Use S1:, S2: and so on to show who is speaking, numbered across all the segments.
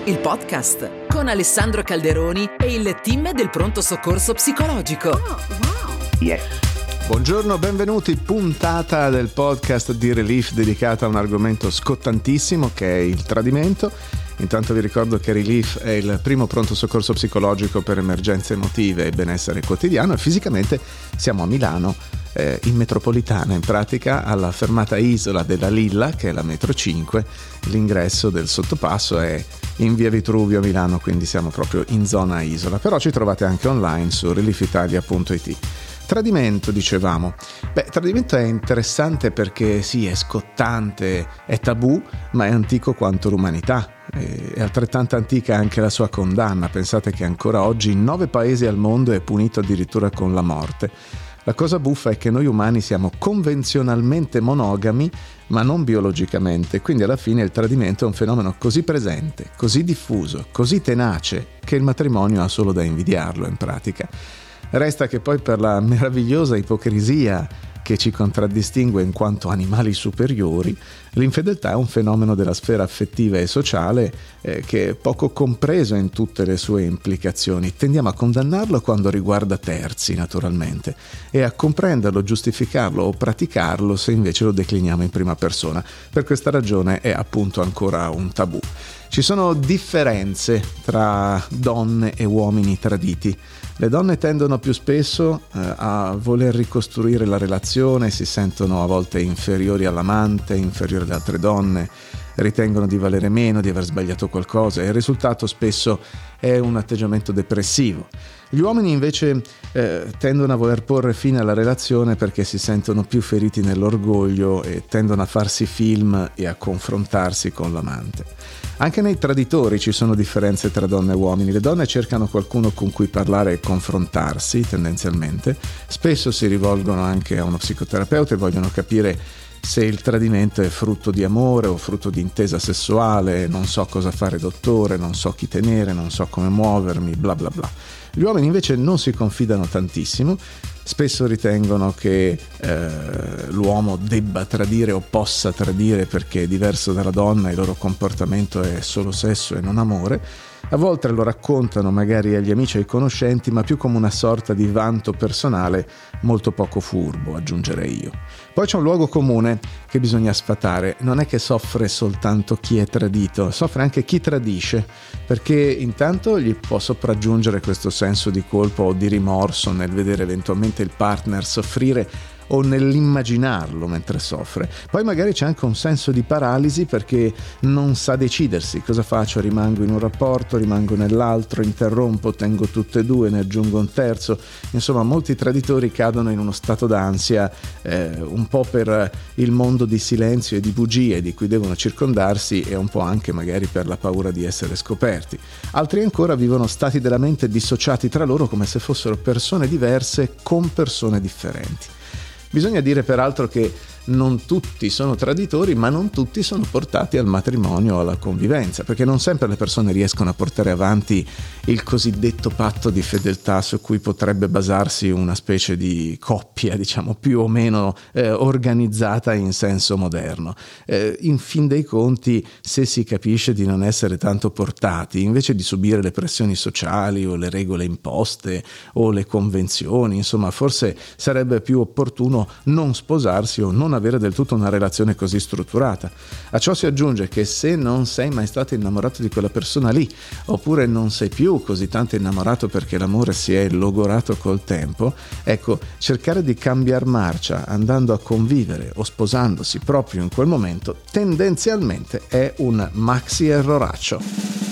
S1: il podcast con Alessandro Calderoni e il team del pronto soccorso psicologico.
S2: Oh, wow.
S3: Yes. Buongiorno, benvenuti, puntata del podcast di Relief dedicata a un argomento scottantissimo che è il tradimento. Intanto vi ricordo che Relief è il primo pronto soccorso psicologico per emergenze emotive e benessere quotidiano, e fisicamente siamo a Milano, in metropolitana, in pratica alla fermata Isola della Lilla, che è la metro 5. L'ingresso del sottopasso è in via Vitruvio a Milano, quindi siamo proprio in zona Isola, però ci trovate anche online su reliefitalia.it. Tradimento, dicevamo. Tradimento è interessante perché sì, è scottante, è tabù, ma è antico quanto l'umanità. È altrettanto antica anche la sua condanna. Pensate che ancora oggi in 9 paesi al mondo è punito addirittura con la morte. La cosa buffa è che noi umani siamo convenzionalmente monogami, ma non biologicamente, quindi alla fine il tradimento è un fenomeno così presente, così diffuso, così tenace, che il matrimonio ha solo da invidiarlo in pratica. Resta che poi, per la meravigliosa ipocrisia che ci contraddistingue in quanto animali superiori, l'infedeltà è un fenomeno della sfera affettiva e sociale che è poco compreso in tutte le sue implicazioni. Tendiamo a condannarlo quando riguarda terzi, naturalmente, e a comprenderlo, giustificarlo o praticarlo se invece lo decliniamo in prima persona. Per questa ragione è appunto ancora un tabù. Ci sono differenze tra donne e uomini traditi. Le donne tendono più spesso a voler ricostruire la relazione, si sentono a volte inferiori all'amante, inferiori alle altre donne, ritengono di valere meno, di aver sbagliato qualcosa, e il risultato spesso è un atteggiamento depressivo. Gli uomini invece tendono a voler porre fine alla relazione perché si sentono più feriti nell'orgoglio e tendono a farsi film e a confrontarsi con l'amante. Anche nei traditori ci sono differenze tra donne e uomini. Le donne cercano qualcuno con cui parlare e confrontarsi, tendenzialmente. Spesso si rivolgono anche a uno psicoterapeuta e vogliono capire se il tradimento è frutto di amore o frutto di intesa sessuale. Non so cosa fare, dottore, non so chi tenere, non so come muovermi, bla bla bla. Gli uomini invece non si confidano tantissimo, spesso ritengono che l'uomo debba tradire o possa tradire perché è diverso dalla donna e il loro comportamento è solo sesso e non amore. A volte lo raccontano magari agli amici e ai conoscenti, ma più come una sorta di vanto personale molto poco furbo, aggiungerei io. Poi c'è un luogo comune che bisogna sfatare: non è che soffre soltanto chi è tradito, soffre anche chi tradisce, perché intanto gli può sopraggiungere questo senso di colpa o di rimorso nel vedere eventualmente il partner soffrire o nell'immaginarlo mentre soffre. Poi magari c'è anche un senso di paralisi perché non sa decidersi. Cosa faccio? Rimango in un rapporto, rimango nell'altro, interrompo, tengo tutte e due, ne aggiungo un terzo. Insomma, molti traditori cadono in uno stato d'ansia un po' per il mondo di silenzio e di bugie di cui devono circondarsi, e un po' anche magari per la paura di essere scoperti. Altri ancora vivono stati della mente dissociati tra loro, come se fossero persone diverse con persone differenti. Bisogna dire peraltro che non tutti sono traditori, ma non tutti sono portati al matrimonio o alla convivenza, perché non sempre le persone riescono a portare avanti il cosiddetto patto di fedeltà su cui potrebbe basarsi una specie di coppia, diciamo, più o meno organizzata in senso moderno. In fin dei conti, se si capisce di non essere tanto portati, invece di subire le pressioni sociali o le regole imposte o le convenzioni, insomma, forse sarebbe più opportuno non sposarsi o non avere del tutto una relazione così strutturata. A ciò si aggiunge che se non sei mai stato innamorato di quella persona lì, oppure non sei più così tanto innamorato perché l'amore si è logorato col tempo, ecco, cercare di cambiar marcia andando a convivere o sposandosi proprio in quel momento tendenzialmente è un maxi erroraccio.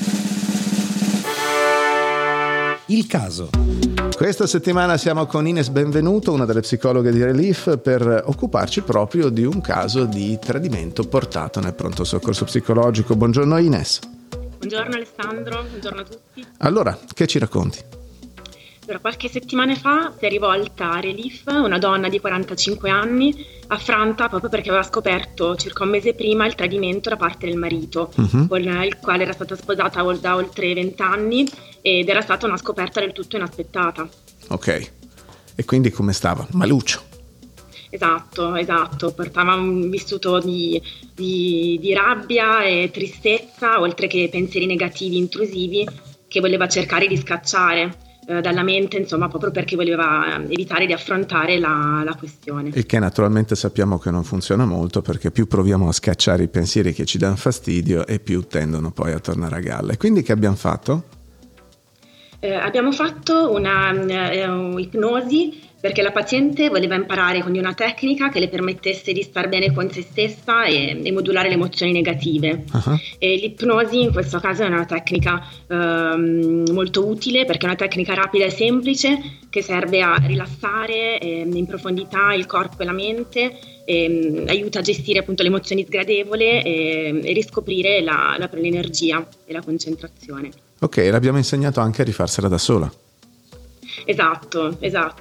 S4: Il caso.
S3: Questa settimana siamo con Ines Benvenuto, una delle psicologhe di Relief, per occuparci proprio di un caso di tradimento portato nel pronto soccorso psicologico. Buongiorno Ines.
S2: Buongiorno Alessandro, buongiorno a tutti.
S3: Allora, che ci racconti?
S2: Allora, qualche settimana fa si è rivolta a Relief una donna di 45 anni, affranta proprio perché aveva scoperto circa un mese prima il tradimento da parte del marito, con il quale era stata sposata da oltre 20 anni, ed era stata una scoperta del tutto inaspettata.
S3: Ok, e quindi come stava? Maluccio?
S2: Esatto, portava un vissuto di rabbia e tristezza, oltre che pensieri negativi intrusivi che voleva cercare di scacciare dalla mente, insomma, proprio perché voleva evitare di affrontare la questione.
S3: Il che naturalmente sappiamo che non funziona molto, perché più proviamo a scacciare i pensieri che ci danno fastidio e più tendono poi a tornare a galla. Quindi che abbiamo fatto?
S2: Abbiamo fatto una ipnosi, perché la paziente voleva imparare quindi una tecnica che le permettesse di star bene con se stessa e modulare le emozioni negative. Uh-huh. E l'ipnosi in questo caso è una tecnica molto utile, perché è una tecnica rapida e semplice che serve a rilassare in profondità il corpo e la mente, aiuta a gestire appunto le emozioni sgradevoli e riscoprire l'energia e la concentrazione.
S3: Ok, l'abbiamo insegnato anche a rifarsela da sola.
S2: Esatto.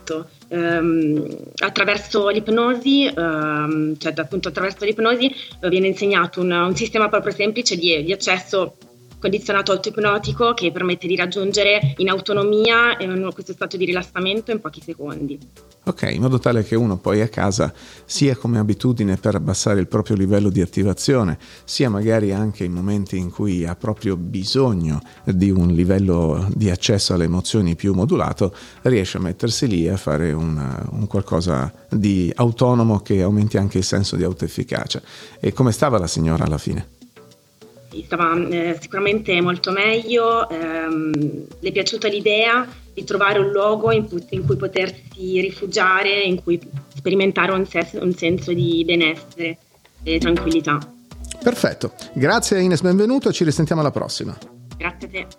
S2: Attraverso l'ipnosi, attraverso l'ipnosi viene insegnato un sistema proprio semplice di accesso condizionato auto-ipnotico che permette di raggiungere in autonomia questo stato di rilassamento in pochi secondi.
S3: Ok, in modo tale che uno poi a casa, sia come abitudine per abbassare il proprio livello di attivazione, sia magari anche in momenti in cui ha proprio bisogno di un livello di accesso alle emozioni più modulato, riesce a mettersi lì a fare un qualcosa di autonomo che aumenti anche il senso di autoefficacia. E come stava la signora alla fine?
S2: Stava sicuramente molto meglio, le è piaciuta l'idea di trovare un luogo in cui potersi rifugiare, in cui sperimentare un senso di benessere e tranquillità.
S3: Perfetto, grazie Ines, benvenuto, ci risentiamo alla prossima.
S2: Grazie a te.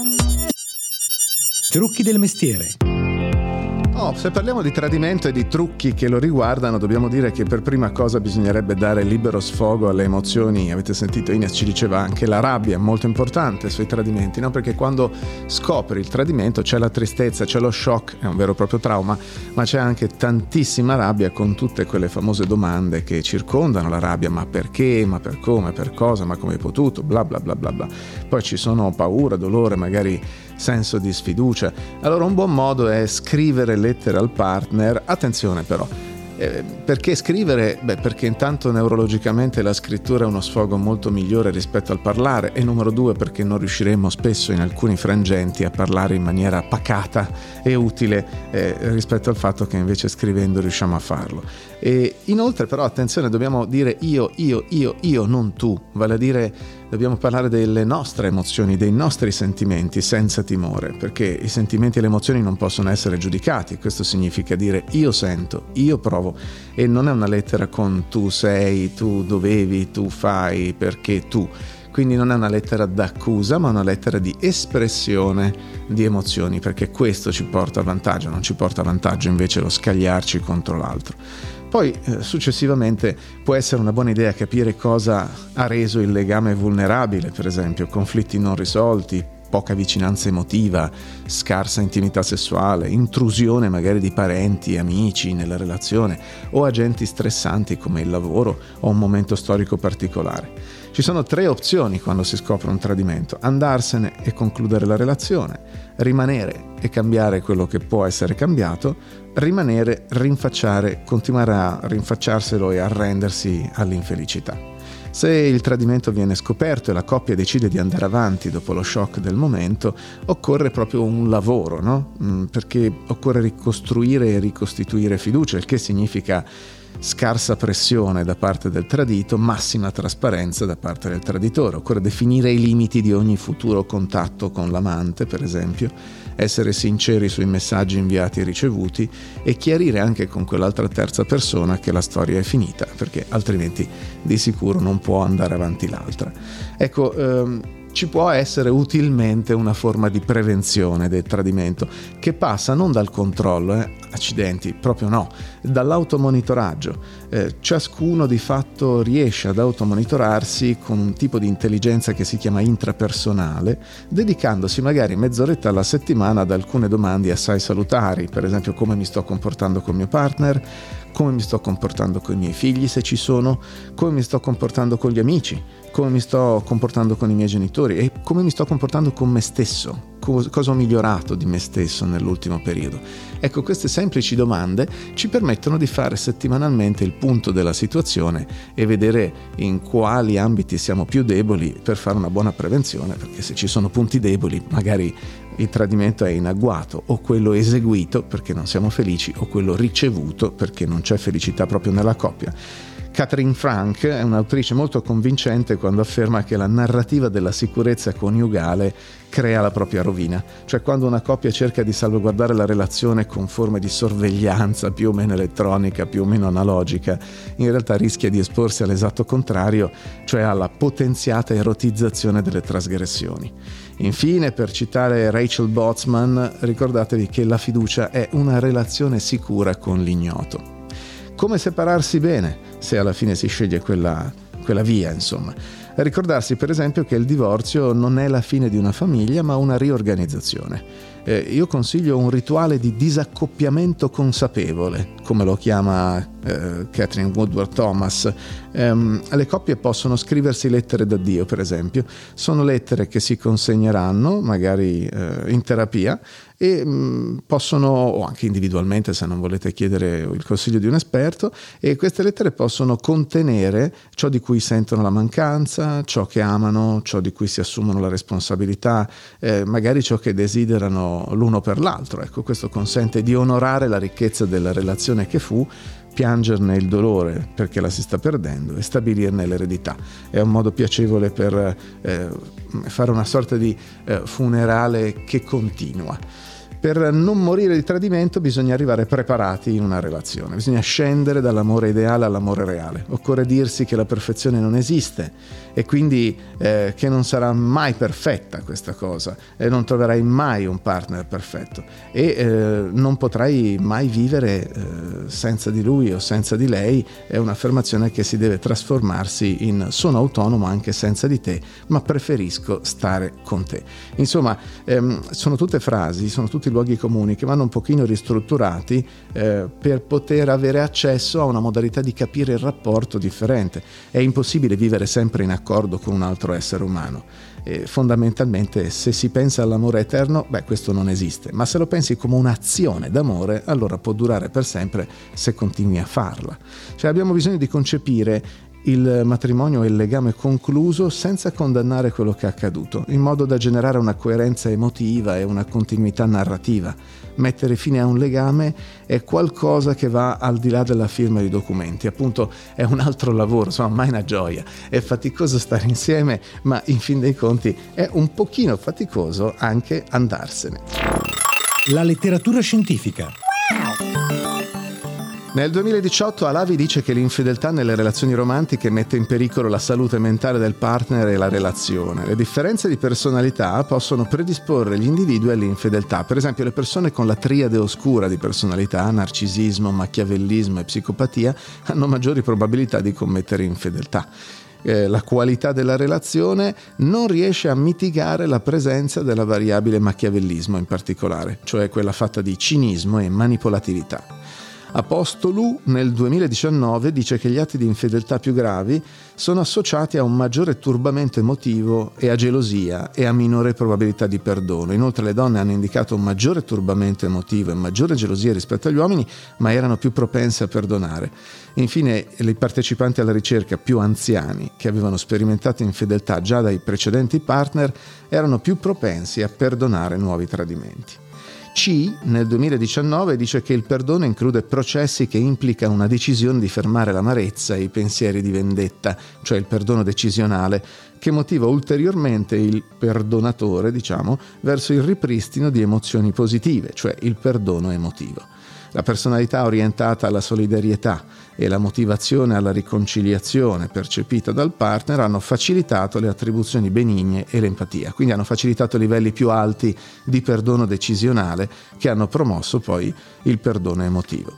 S4: Trucchi del mestiere.
S3: Se parliamo di tradimento e di trucchi che lo riguardano, dobbiamo dire che per prima cosa bisognerebbe dare libero sfogo alle emozioni. Avete sentito, Ines ci diceva anche la rabbia è molto importante sui tradimenti, no? Perché quando scopri il tradimento c'è la tristezza, c'è lo shock, è un vero e proprio trauma, ma c'è anche tantissima rabbia, con tutte quelle famose domande che circondano la rabbia: ma perché, ma per come, per cosa, ma come hai potuto, bla bla bla bla bla. Poi ci sono paura, dolore, magari senso di sfiducia. Allora un buon modo è scrivere lettere al partner. Attenzione però, perché scrivere? Perché intanto neurologicamente la scrittura è uno sfogo molto migliore rispetto al parlare, e numero 2 perché non riusciremo spesso in alcuni frangenti a parlare in maniera pacata e utile rispetto al fatto che invece scrivendo riusciamo a farlo. E inoltre però attenzione, dobbiamo dire io, non tu, vale a dire dobbiamo parlare delle nostre emozioni, dei nostri sentimenti senza timore, perché i sentimenti e le emozioni non possono essere giudicati. Questo significa dire io sento, io provo, e non è una lettera con tu sei, tu dovevi, tu fai, perché tu. Quindi non è una lettera d'accusa, ma una lettera di espressione di emozioni, perché questo ci porta a vantaggio, non ci porta a vantaggio invece lo scagliarci contro l'altro. Poi successivamente può essere una buona idea capire cosa ha reso il legame vulnerabile, per esempio conflitti non risolti, poca vicinanza emotiva, scarsa intimità sessuale, intrusione magari di parenti, amici nella relazione, o agenti stressanti come il lavoro o un momento storico particolare. Ci sono 3 opzioni quando si scopre un tradimento: andarsene e concludere la relazione, rimanere e cambiare quello che può essere cambiato, rimanere, rinfacciare, continuare a rinfacciarselo e arrendersi all'infelicità. Se il tradimento viene scoperto e la coppia decide di andare avanti dopo lo shock del momento, occorre proprio un lavoro, no? Perché occorre ricostruire e ricostituire fiducia, il che significa scarsa pressione da parte del tradito, massima trasparenza da parte del traditore. Occorre definire i limiti di ogni futuro contatto con l'amante, per esempio, essere sinceri sui messaggi inviati e ricevuti, e chiarire anche con quell'altra terza persona che la storia è finita, perché altrimenti di sicuro non può andare avanti l'altra. Ecco, ci può essere utilmente una forma di prevenzione del tradimento che passa non dal controllo, accidenti, proprio no, dall'automonitoraggio. Ciascuno di fatto riesce ad automonitorarsi con un tipo di intelligenza che si chiama intrapersonale, dedicandosi magari mezz'oretta alla settimana ad alcune domande assai salutari, per esempio come mi sto comportando con mio partner, come mi sto comportando con i miei figli se ci sono, come mi sto comportando con gli amici, come mi sto comportando con i miei genitori e come mi sto comportando con me stesso, cosa ho migliorato di me stesso nell'ultimo periodo? Ecco, queste semplici domande ci permettono di fare settimanalmente il punto della situazione e vedere in quali ambiti siamo più deboli per fare una buona prevenzione, perché se ci sono punti deboli magari il tradimento è in agguato, o quello eseguito perché non siamo felici, o quello ricevuto perché non c'è felicità proprio nella coppia. Catherine Frank è un'autrice molto convincente quando afferma che la narrativa della sicurezza coniugale crea la propria rovina, cioè quando una coppia cerca di salvaguardare la relazione con forme di sorveglianza più o meno elettronica, più o meno analogica, in realtà rischia di esporsi all'esatto contrario, cioè alla potenziata erotizzazione delle trasgressioni. Infine, per citare Rachel Botsman, ricordatevi che la fiducia è una relazione sicura con l'ignoto. Come separarsi bene, se alla fine si sceglie quella via, insomma. Ricordarsi per esempio che il divorzio non è la fine di una famiglia, ma una riorganizzazione. Io consiglio un rituale di disaccoppiamento consapevole, come lo chiama Catherine Woodward Thomas. Le coppie possono scriversi lettere d'addio, per esempio. Sono lettere che si consegneranno, magari in terapia, e possono, o anche individualmente se non volete chiedere il consiglio di un esperto, e queste lettere possono contenere ciò di cui sentono la mancanza, ciò che amano, ciò di cui si assumono la responsabilità, magari ciò che desiderano l'uno per l'altro. Ecco, questo consente di onorare la ricchezza della relazione che fu, piangerne il dolore perché la si sta perdendo e stabilirne l'eredità. È un modo piacevole per fare una sorta di funerale che continua. Per non morire di tradimento bisogna arrivare preparati in una relazione, bisogna scendere dall'amore ideale all'amore reale. Occorre dirsi che la perfezione non esiste e quindi che non sarà mai perfetta questa cosa, e non troverai mai un partner perfetto e non potrai mai vivere senza di lui o senza di lei. È un'affermazione che si deve trasformarsi in: sono autonomo anche senza di te, ma preferisco stare con te. Insomma, sono tutte frasi, sono tutti luoghi comuni che vanno un pochino ristrutturati per poter avere accesso a una modalità di capire il rapporto differente. È impossibile vivere sempre in accordo con un altro essere umano. Fondamentalmente, se si pensa all'amore eterno, questo non esiste, ma se lo pensi come un'azione d'amore, allora può durare per sempre se continui a farla. Cioè, abbiamo bisogno di concepire il matrimonio e il legame concluso senza condannare quello che è accaduto, in modo da generare una coerenza emotiva e una continuità narrativa. Mettere fine a un legame è qualcosa che va al di là della firma di documenti, appunto è un altro lavoro, insomma, mai una gioia. È faticoso stare insieme, ma in fin dei conti è un pochino faticoso anche andarsene.
S4: La letteratura scientifica.
S3: Nel 2018 Alavi dice che l'infedeltà nelle relazioni romantiche mette in pericolo la salute mentale del partner e la relazione. Le differenze di personalità possono predisporre gli individui all'infedeltà. Per esempio, le persone con la triade oscura di personalità, narcisismo, machiavellismo e psicopatia, hanno maggiori probabilità di commettere infedeltà. La qualità della relazione non riesce a mitigare la presenza della variabile machiavellismo in particolare, cioè quella fatta di cinismo e manipolatività. Apostolu nel 2019 dice che gli atti di infedeltà più gravi sono associati a un maggiore turbamento emotivo e a gelosia e a minore probabilità di perdono. Inoltre le donne hanno indicato un maggiore turbamento emotivo e maggiore gelosia rispetto agli uomini, ma erano più propense a perdonare. Infine, i partecipanti alla ricerca più anziani, che avevano sperimentato infedeltà già dai precedenti partner, erano più propensi a perdonare nuovi tradimenti. C nel 2019 dice che il perdono include processi che implicano una decisione di fermare l'amarezza e i pensieri di vendetta, cioè il perdono decisionale, che motiva ulteriormente il perdonatore, verso il ripristino di emozioni positive, cioè il perdono emotivo. La personalità orientata alla solidarietà e la motivazione alla riconciliazione percepita dal partner hanno facilitato le attribuzioni benigne e l'empatia, quindi hanno facilitato livelli più alti di perdono decisionale che hanno promosso poi il perdono emotivo.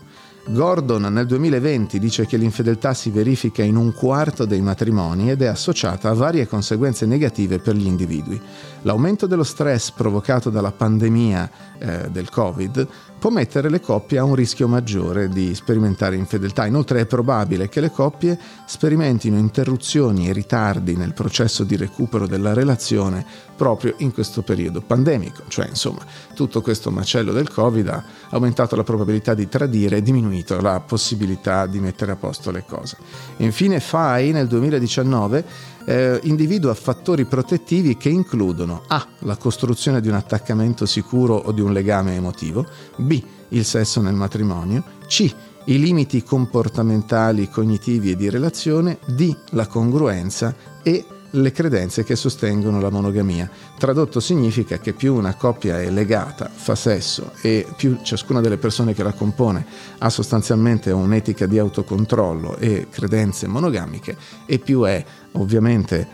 S3: Gordon nel 2020 dice che l'infedeltà si verifica in 1/4 dei matrimoni ed è associata a varie conseguenze negative per gli individui. L'aumento dello stress provocato dalla pandemia del Covid può mettere le coppie a un rischio maggiore di sperimentare infedeltà. Inoltre è probabile che le coppie sperimentino interruzioni e ritardi nel processo di recupero della relazione proprio in questo periodo pandemico. Cioè, insomma, tutto questo macello del Covid ha aumentato la probabilità di tradire e diminuito la possibilità di mettere a posto le cose. Infine Fay nel 2019 individua fattori protettivi che includono A. la costruzione di un attaccamento sicuro o di un legame emotivo, B. il sesso nel matrimonio, C. i limiti comportamentali, cognitivi e di relazione, D. la congruenza e le credenze che sostengono la monogamia. Tradotto significa che più una coppia è legata, fa sesso e più ciascuna delle persone che la compone ha sostanzialmente un'etica di autocontrollo e credenze monogamiche, e più è ovviamente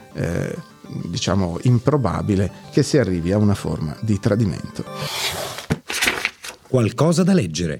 S3: improbabile che si arrivi a una forma di tradimento.
S4: Qualcosa da leggere.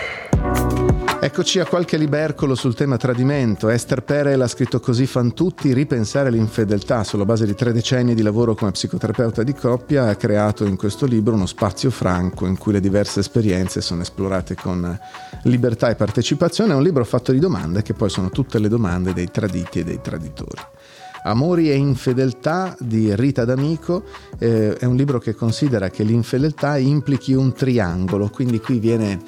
S3: Eccoci a qualche libercolo sul tema tradimento. Esther Perel ha scritto Così fan tutti, ripensare l'infedeltà. Sulla base di 3 decenni di lavoro come psicoterapeuta di coppia ha creato in questo libro uno spazio franco in cui le diverse esperienze sono esplorate con libertà e partecipazione. È un libro fatto di domande che poi sono tutte le domande dei traditi e dei traditori. Amori e infedeltà di Rita D'Amico è un libro che considera che l'infedeltà implichi un triangolo, quindi qui viene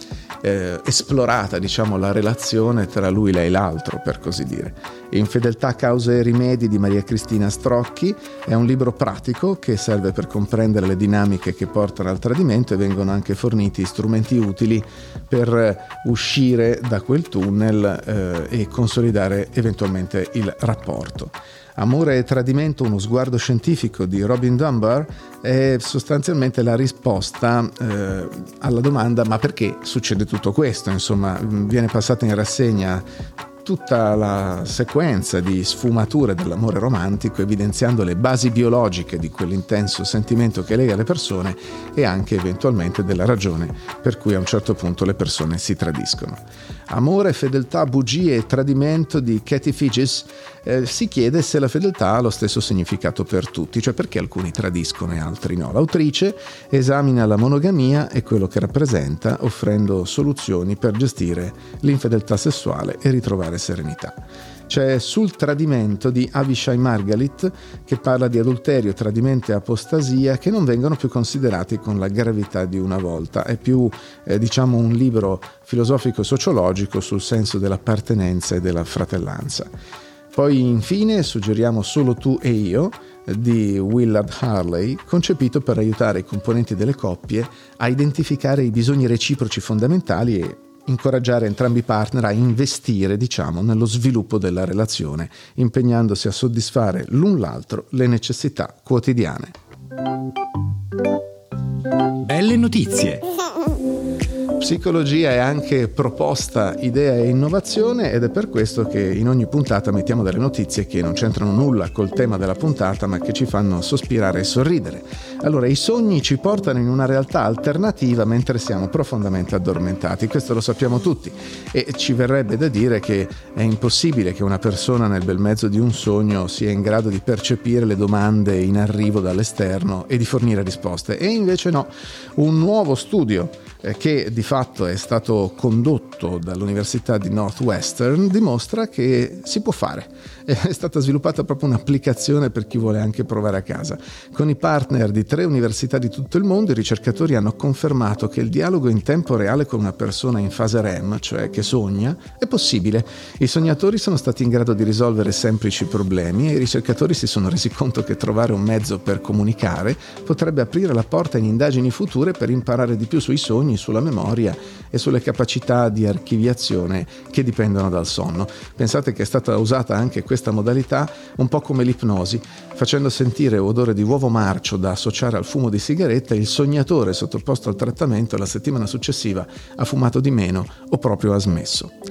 S3: esplorata la relazione tra lui, lei e l'altro, per così dire. Infedeltà, cause e rimedi di Maria Cristina Strocchi è un libro pratico che serve per comprendere le dinamiche che portano al tradimento, e vengono anche forniti strumenti utili per uscire da quel tunnel e consolidare eventualmente il rapporto. Amore e tradimento, uno sguardo scientifico di Robin Dunbar è sostanzialmente la risposta alla domanda: ma perché succede tutto questo? Insomma, viene passata in rassegna tutta la sequenza di sfumature dell'amore romantico, evidenziando le basi biologiche di quell'intenso sentimento che lega le persone e anche eventualmente della ragione per cui a un certo punto le persone si tradiscono. Amore, fedeltà, bugie e tradimento di Katie Figis si chiede se la fedeltà ha lo stesso significato per tutti, cioè perché alcuni tradiscono e altri no. L'autrice esamina la monogamia e quello che rappresenta, offrendo soluzioni per gestire l'infedeltà sessuale e ritrovare serenità. C'è Sul tradimento di Avishai Margalit, che parla di adulterio, tradimento e apostasia che non vengono più considerati con la gravità di una volta. È più un libro filosofico e sociologico sul senso dell'appartenenza e della fratellanza. Poi infine suggeriamo Solo tu e io di Willard Harley, concepito per aiutare i componenti delle coppie a identificare i bisogni reciproci fondamentali e incoraggiare entrambi i partner a investire, nello sviluppo della relazione, impegnandosi a soddisfare l'un l'altro le necessità quotidiane.
S4: Belle notizie.
S3: Psicologia è anche proposta, idea e innovazione, ed è per questo che in ogni puntata mettiamo delle notizie che non c'entrano nulla col tema della puntata, ma che ci fanno sospirare e sorridere. Allora, i sogni ci portano in una realtà alternativa mentre siamo profondamente addormentati, questo lo sappiamo tutti, e ci verrebbe da dire che è impossibile che una persona nel bel mezzo di un sogno sia in grado di percepire le domande in arrivo dall'esterno e di fornire risposte, e invece no. Un nuovo studio che di fatto è stato condotto dall'Università di Northwestern dimostra che si può fare. È stata sviluppata proprio un'applicazione per chi vuole anche provare a casa. Con i partner di 3 università di tutto il mondo, i ricercatori hanno confermato che il dialogo in tempo reale con una persona in fase REM, cioè che sogna, è possibile. I sognatori sono stati in grado di risolvere semplici problemi e i ricercatori si sono resi conto che trovare un mezzo per comunicare potrebbe aprire la porta in indagini future per imparare di più sui sogni, sulla memoria e sulle capacità di archiviazione che dipendono dal sonno. Pensate che è stata usata anche questa modalità un po' come l'ipnosi, facendo sentire odore di uovo marcio da associare al fumo di sigaretta. Il sognatore sottoposto al trattamento la settimana successiva ha fumato di meno o proprio ha smesso.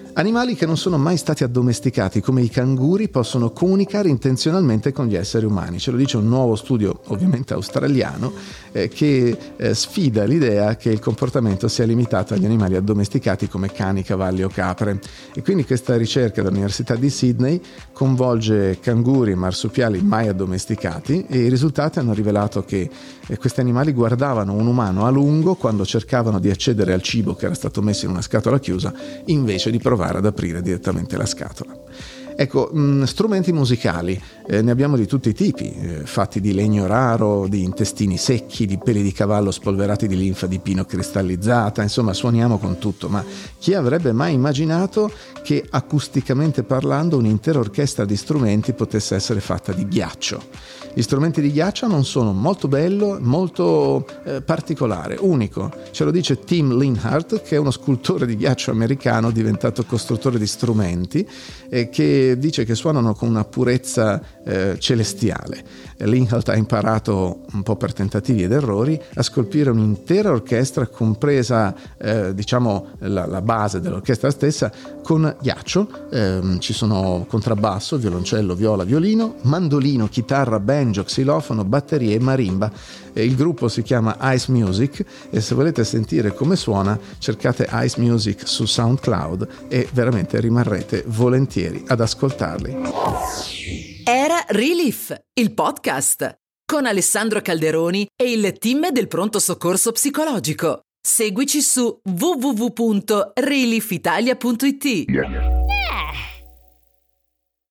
S3: Animali che non sono mai stati addomesticati, come i canguri, possono comunicare intenzionalmente con gli esseri umani. Ce lo dice un nuovo studio, ovviamente australiano, che sfida l'idea che il comportamento sia limitato agli animali addomesticati come cani, cavalli o capre. E quindi questa ricerca dell'Università di Sydney coinvolge canguri e marsupiali mai addomesticati, e i risultati hanno rivelato che questi animali guardavano un umano a lungo quando cercavano di accedere al cibo che era stato messo in una scatola chiusa, invece di provare ad aprire direttamente la scatola. Ecco, strumenti musicali, ne abbiamo di tutti i tipi, fatti di legno raro, di intestini secchi, di peli di cavallo spolverati di linfa di pino cristallizzata, insomma suoniamo con tutto, ma chi avrebbe mai immaginato che acusticamente parlando un'intera orchestra di strumenti potesse essere fatta di ghiaccio? Gli strumenti di ghiaccio hanno un suono molto bello, molto particolare, unico. Ce lo dice Tim Linhart, che è uno scultore di ghiaccio americano diventato costruttore di strumenti, che dice che suonano con una purezza celestiale. Linhart ha imparato, un po' per tentativi ed errori, a scolpire un'intera orchestra, compresa la base dell'orchestra stessa, con ghiaccio. Ci sono contrabbasso, violoncello, viola, violino, mandolino, chitarra, banjo, xilofono, batterie e marimba. Il gruppo si chiama Ice Music, e se volete sentire come suona cercate Ice Music su SoundCloud e veramente rimarrete volentieri ad ascoltarli.
S1: Era Relief, il podcast con Alessandro Calderoni e il team del pronto soccorso psicologico. Seguici su www.reliefitalia.it.